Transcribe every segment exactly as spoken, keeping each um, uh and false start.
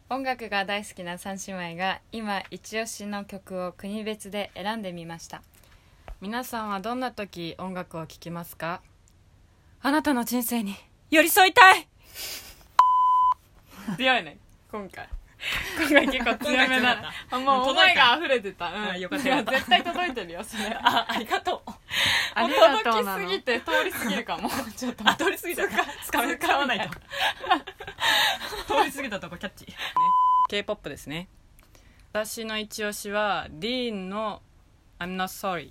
音楽が大好きな三姉妹が今一押しの曲を国別で選んでみました。 皆さんはどんな時音楽を聴きますか？あなたの人生に寄り添いたい強いね今回今回結構強めだな。もう思いが溢れてた、うん、 よかったよかった絶対届いてるよそれ。 あ、ありがとう。 ありがとうなの。届きすぎて通り過ぎるかもちょっとあ、通り過ぎた使わないと通り過ぎたとこキャッチ、ね、K-ポップ ですね。私の一押しはディーンの I'm not sorry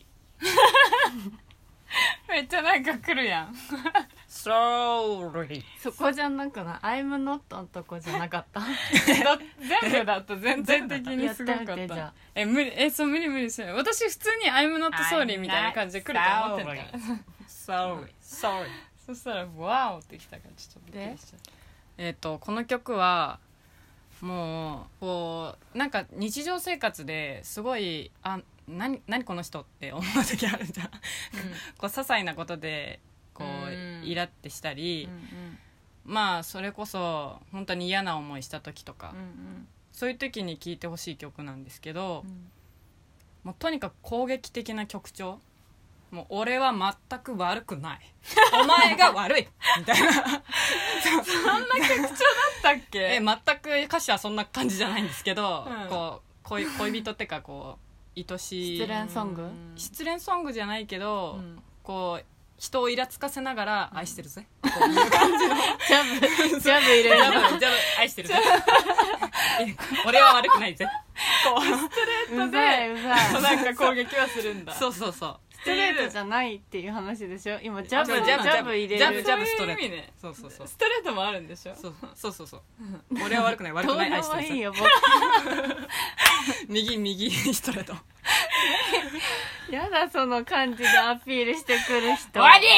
めっちゃなんか来るやん sorry そこじゃなくない I'm not のとこじゃなかった全部だと全体的にすごかったやってえ無理えそう無理無理しない。私普通に I'm not sorry みたいな感じで来ると思ってるから sorry sorry そしたらワオって来たからちょっとびっくりしちゃった。 えっとこの曲はもうこうなんか日常生活ですごいあ何何この人って思う時あるじゃん、うん、こう些細なことでこう、うん、イラってしたり、うんうん、まあそれこそ本当に嫌な思いした時とか、うんうん、そういう時に聴いてほしい曲なんですけど、うん、もうとにかく攻撃的な曲調、もう俺は全く悪くないお前が悪いみたいなそんな曲調だったっけ？え全く歌詞はそんな感じじゃないんですけど、うん、こう 恋, 恋人ってかこう愛しい失恋ソング、 失恋ソングじゃないけど、うん、こう人をイラつかせながら愛してるぜ、うん、こういう感じのジャブジャブ入れるジャブジャブ愛してるぜ俺は悪くないぜこうストレートでうざいうざいなんか攻撃はするんだ。 そうそうそうストレートじゃないっていう話でしょ今。ジャブジャブジャブ入れるジャブジャブストレート、 ね、 そうそうそうストレートもあるんでしょ。 そうそうそうそう俺は悪くない悪くない愛してるぜどうでもいいよ僕右右ストレートやだその感じでアピールしてくる人終わり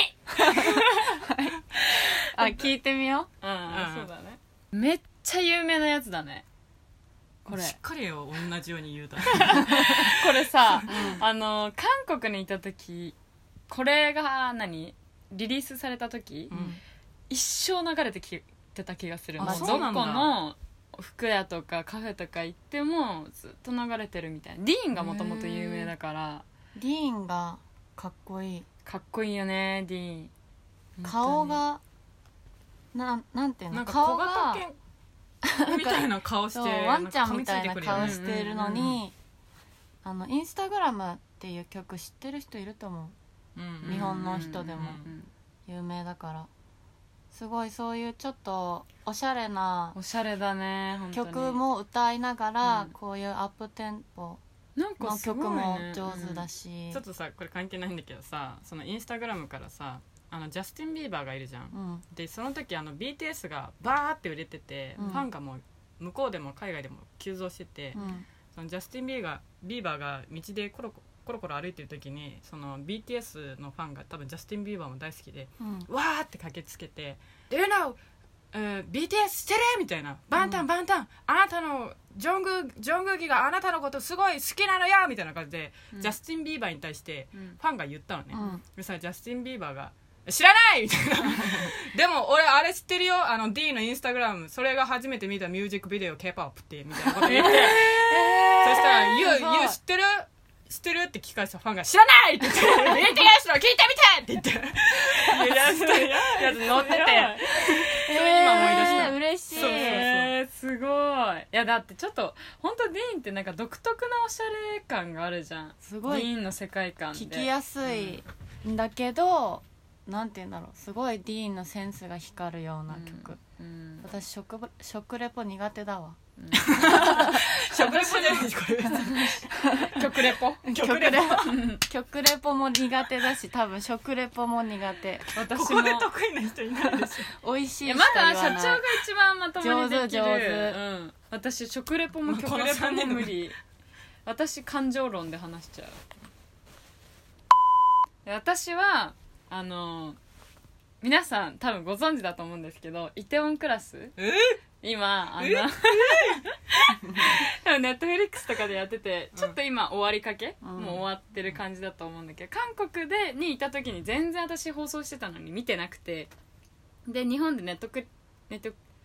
あ聞いてみよう。うん、うん、そうだね。めっちゃ有名なやつだねこれ。 しっかりよ同じように言うたこれさ、うん、あの韓国にいた時これが何リリースされた時、うん、一生流れてきてた気がするの。どこの服屋とかカフェとか行ってもずっと流れてるみたいな。ディーンがもともと有名だから。 ディーンがかっこいい。 かっこいいよねディーン。 顔がな、なんていうの、 なんか顔がみたいな顔してワンちゃんみたいな顔してるのに、あのインスタグラムっていう曲知ってる人いると思う、うん、日本の人でも有名だから。すごいそういうちょっとおしゃれなおしゃれだね曲も歌いながら、うん、こういうアップテンポの曲も上手だし、 ねうん、ちょっとさこれ関係ないんだけどさ、そのインスタグラムからさあのジャスティン・ビーバーがいるじゃん、うん、でその時あの ビーティーエス がバーって売れてて、うん、ファンがもう向こうでも海外でも急増してて、うん、そのジャスティン・ビーがビーバーが道でコロコロコロコロ歩いてる時にその ビーティーエス のファンが多分ジャスティン・ビーバーも大好きで、うん、わーって駆けつけて Do you know、uh, ビーティーエス 知ってるみたいな、バンタンバンタン、あなたのジョングジョングギがあなたのことすごい好きなのよみたいな感じで、うん、ジャスティン・ビーバーに対してファンが言ったのね、うん、でさジャスティン・ビーバーが知らないみたいなでも俺あれ知ってるよ、あの D のインスタグラム、それが初めて見たミュージックビデオ K-ポップ ってみたいなこと言って、えー、そしたら You, you 知ってる知ってるって聞かれたファンが知らないって言ってビーティーエス の聞いてみてって言ってやつやつ乗ってて、それ今思い出した、 えー、嬉しい。 そうそうそう、えー、すごい。いやだってちょっと本当ディーンってなんか独特なおしゃれ感があるじゃん。 すごいディーンの世界観で聞きやすいんだけど、うん、なんて言うんだろう、すごいディーンのセンスが光るような曲、うんうん、私 食, 食レポ苦手だわ、うん、 食レポじゃないしこれ曲レポ曲レポ曲レポも苦手だし、多分食レポも苦手。 私もここで得意な人いないでしょ美味しいしか言わない。まだ社長が一番まともにできる。 上手上手、 うん、私食レポも曲レポも無理私感情論で話しちゃう。私はあの皆さん多分ご存知だと思うんですけど、イテウォンクラス、 え今あのネットフリックスとかでやってて、ちょっと今終わりかけ、うん、もう終わってる感じだと思うんだけど、韓国でにいた時に全然私放送してたのに見てなくて、で日本でネットクネット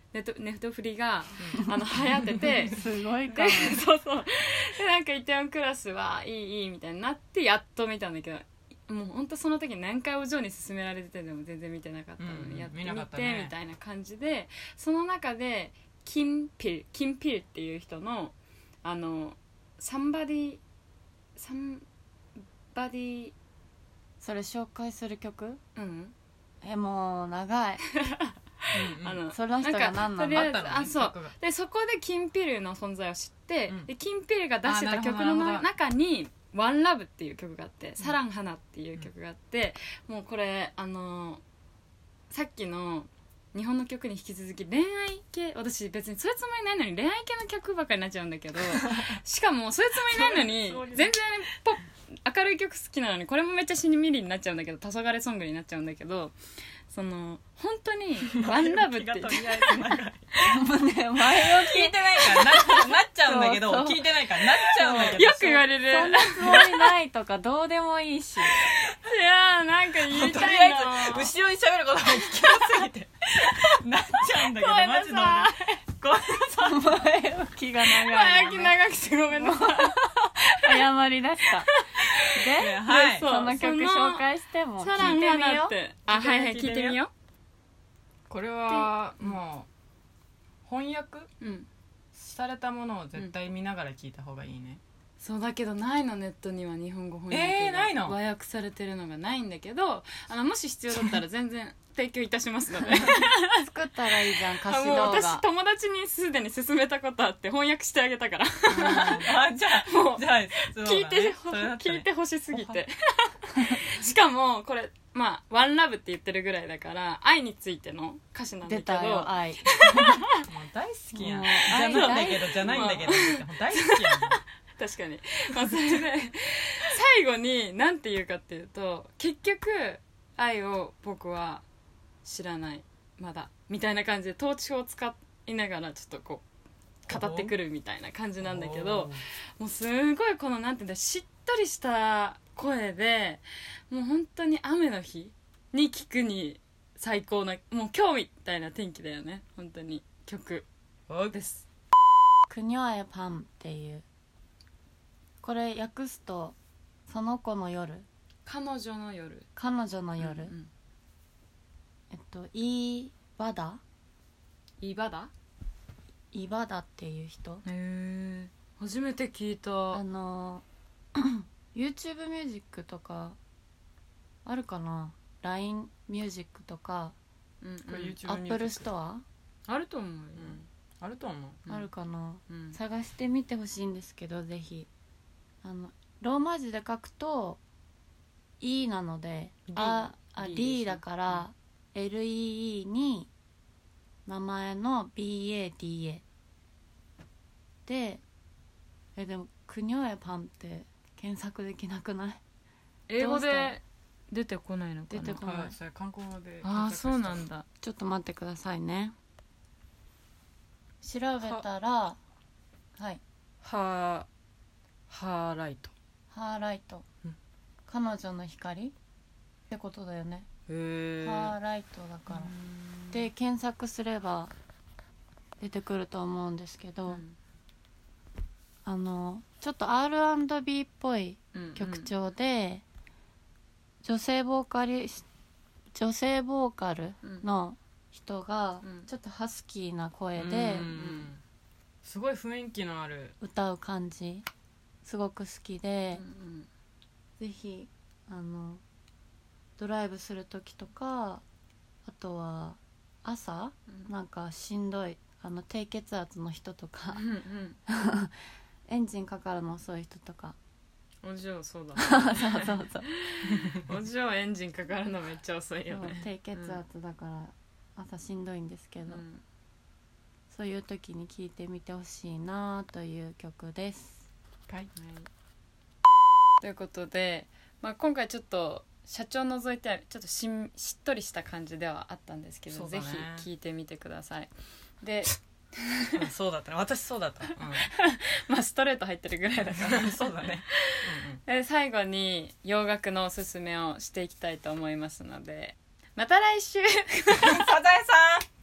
ネット、ネットフリが、うん、あの流行っててすごいかもそうそうでなんかイテウォンクラスはいいいいみたいになってやっと見たんだけど、もうほんとその時何回お嬢に勧められててでも全然見てなかったのに、うん、やってみて、ね、みたいな感じで、その中でキンピルキンピルっていう人のあのサンバディサンバディそれ紹介する曲？ うん、 えもう長いうんうん、あのその人が何なの？ あそうでそこでキンピルの存在を知って、うん、でキンピルが出してた曲の中に「ワンラブっていう曲があって「サランハナ」っていう曲があって、うん、もうこれあのさっきの日本の曲に引き続き恋愛系、私別にそういうつもりないのに恋愛系の曲ばっかりになっちゃうんだけどしかもそういうつもりないのに全然ポッ明るい曲好きなのにこれもめっちゃシニミリになっちゃうんだけど、黄昏ソングになっちゃうんだけど、その本当にワンラブって言ってもうね前を聞いてないからな, なっちゃうんだけどそうそう聞いてないからなっちゃうんだけどよく言われるそんなつもりないとかどうでもいいしいやーなんか言いたいの後ろに喋ることが聞きやすぎてなっちゃうんだけどマジのごめんなさい前置きが長い、ね、 前置き長くてごめんなさい謝りだしたで、はい、その曲紹介しても聞いてみよう。 あ、はいはい、聞いてみよう。 これはもう翻訳、うん、されたものを絶対見ながら聞いた方がいいね、 うん、そうだけどないの、ネットには日本語翻訳が和訳されてるのがないんだけど、あのもし必要だったら全然提供いたしますので作ったらいいじゃん、歌詞動画。 もう私友達にすでに勧めたことあって翻訳してあげたからあ、じゃあもうじゃあ聞いて、ね、聞いてほしすぎてしかもこれまあワンラブって言ってるぐらいだから愛についての歌詞なんだけど、 出たよ愛もう大好きやん、じゃないんだけどじゃないんだけど大好きやん確かに、まあ、それで最後に何て言うかっていうと、結局愛を僕は知らないまだみたいな感じで統治法を使いながらちょっとこう語ってくるみたいな感じなんだけど、もうすごいこのなんていうんだ、しっとりした声で、もう本当に雨の日に聴くに最高な、もう今日みたいな天気だよね、本当に曲です。 クニョエパンっていう、これ訳すとその子の夜、 彼女の夜、 彼女の夜、うんうん、えっとイバダイバダイバダっていう人、 へえ初めて聞いた。 あのYouTube ミュージックとかあるかな、 ライン ミュージックとか、 うんうん、 Apple ストアあると思うよ、うん、 あると思う、 うん、あるかな、 うん、 探してみてほしいんですけど、ぜひあのローマ字で書くと E なので D, ああ D, D だから、うん、エルイーイー に名前の ビーエーディーエー で、えでもクニョエパンって検索できなくない？ 英語で出てこないのかな。 出てこない、 はい、それ韓国語で。 ああそうなんだ。 ちょっと待ってくださいね。調べたらはいハーハーライトハーライト、うん、彼女の光ってことだよね。 へーハーライトだからで検索すれば出てくると思うんですけど、うん、あのちょっと アールアンドビー っぽい曲調で、うんうん、女性ボーカリ女性ボーカルの人がちょっとハスキーな声で、うんうんうん、 すごい雰囲気のある歌う感じすごく好きで、 うんうん、 ぜひあのドライブする時とか、あとは朝、うん、なんかしんどいあの低血圧の人とか、 うんうん、 エンジンかかるの遅い人とか。 お嬢そうだそうそうそうお嬢エンジンかかるのめっちゃ遅いよね。 低血圧だから朝しんどいんですけど、うん、そういう時に聴いてみてほしいなという曲です。 はい、はい、ということで、まあ、今回ちょっと社長除いてちょっと し, んしっとりした感じではあったんですけど、ね、ぜひ聴いてみてください。でそうだったね、私そうだった、うん、 まあストレート入ってるぐらいだからそうだね、 うんうん、で最後に洋楽のおすすめをしていきたいと思いますので、また来週サザエさん